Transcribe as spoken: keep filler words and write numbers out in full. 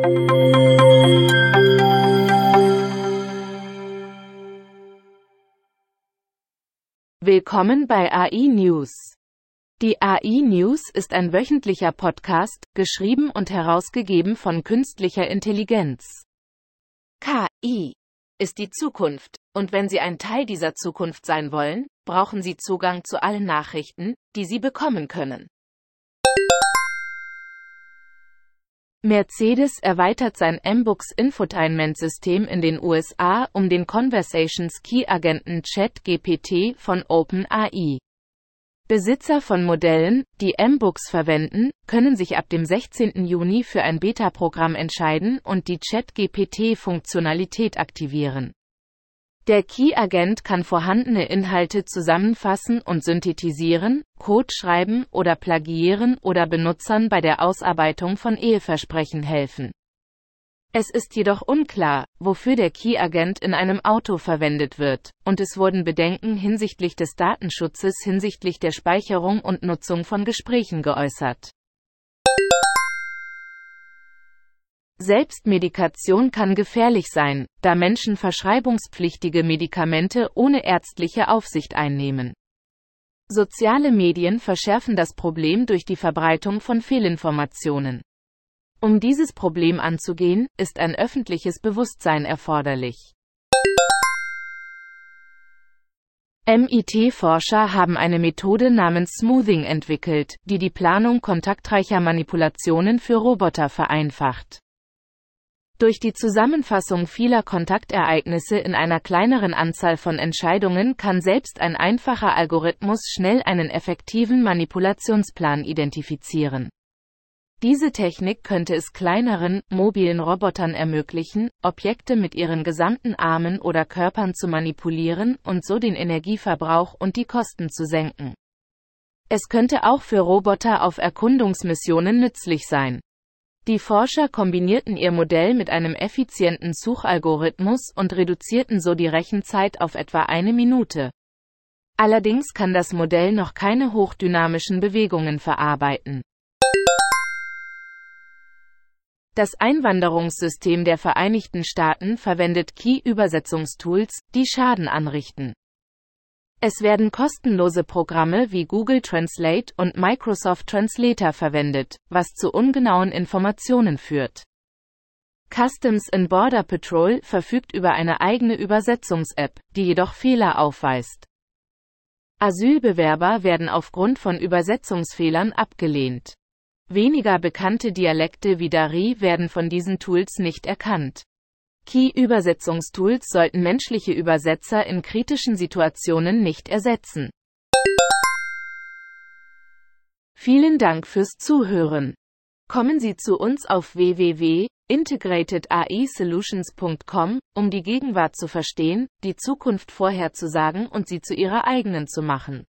Willkommen bei A I News. Die A I News ist ein wöchentlicher Podcast, geschrieben und herausgegeben von künstlicher Intelligenz. K I ist die Zukunft, und wenn Sie ein Teil dieser Zukunft sein wollen, brauchen Sie Zugang zu allen Nachrichten, die Sie bekommen können. Mercedes erweitert sein M-Books Infotainment-System in den U S A um den Conversations Key-Agenten ChatGPT von OpenAI. Besitzer von Modellen, die M-Books verwenden, können sich ab dem sechzehnten Juni für ein Beta-Programm entscheiden und die ChatGPT-Funktionalität aktivieren. Der Key-Agent kann vorhandene Inhalte zusammenfassen und synthetisieren, Code schreiben oder plagiieren oder Benutzern bei der Ausarbeitung von Eheversprechen helfen. Es ist jedoch unklar, wofür der Key-Agent in einem Auto verwendet wird, und es wurden Bedenken hinsichtlich des Datenschutzes hinsichtlich der Speicherung und Nutzung von Gesprächen geäußert. Selbstmedikation kann gefährlich sein, da Menschen verschreibungspflichtige Medikamente ohne ärztliche Aufsicht einnehmen. Soziale Medien verschärfen das Problem durch die Verbreitung von Fehlinformationen. Um dieses Problem anzugehen, ist ein öffentliches Bewusstsein erforderlich. M I T-Forscher haben eine Methode namens Smoothing entwickelt, die die Planung kontaktreicher Manipulationen für Roboter vereinfacht. Durch die Zusammenfassung vieler Kontaktereignisse in einer kleineren Anzahl von Entscheidungen kann selbst ein einfacher Algorithmus schnell einen effektiven Manipulationsplan identifizieren. Diese Technik könnte es kleineren, mobilen Robotern ermöglichen, Objekte mit ihren gesamten Armen oder Körpern zu manipulieren und so den Energieverbrauch und die Kosten zu senken. Es könnte auch für Roboter auf Erkundungsmissionen nützlich sein. Die Forscher kombinierten ihr Modell mit einem effizienten Suchalgorithmus und reduzierten so die Rechenzeit auf etwa eine Minute. Allerdings kann das Modell noch keine hochdynamischen Bewegungen verarbeiten. Das Einwanderungssystem der Vereinigten Staaten verwendet Key-Übersetzungstools, die Schaden anrichten. Es werden kostenlose Programme wie Google Translate und Microsoft Translator verwendet, was zu ungenauen Informationen führt. Customs and Border Patrol verfügt über eine eigene Übersetzungs-App, die jedoch Fehler aufweist. Asylbewerber werden aufgrund von Übersetzungsfehlern abgelehnt. Weniger bekannte Dialekte wie Dari werden von diesen Tools nicht erkannt. Key-Übersetzungstools sollten menschliche Übersetzer in kritischen Situationen nicht ersetzen. Vielen Dank fürs Zuhören. Kommen Sie zu uns auf w w w punkt integrated a i solutions punkt com, um die Gegenwart zu verstehen, die Zukunft vorherzusagen und sie zu Ihrer eigenen zu machen.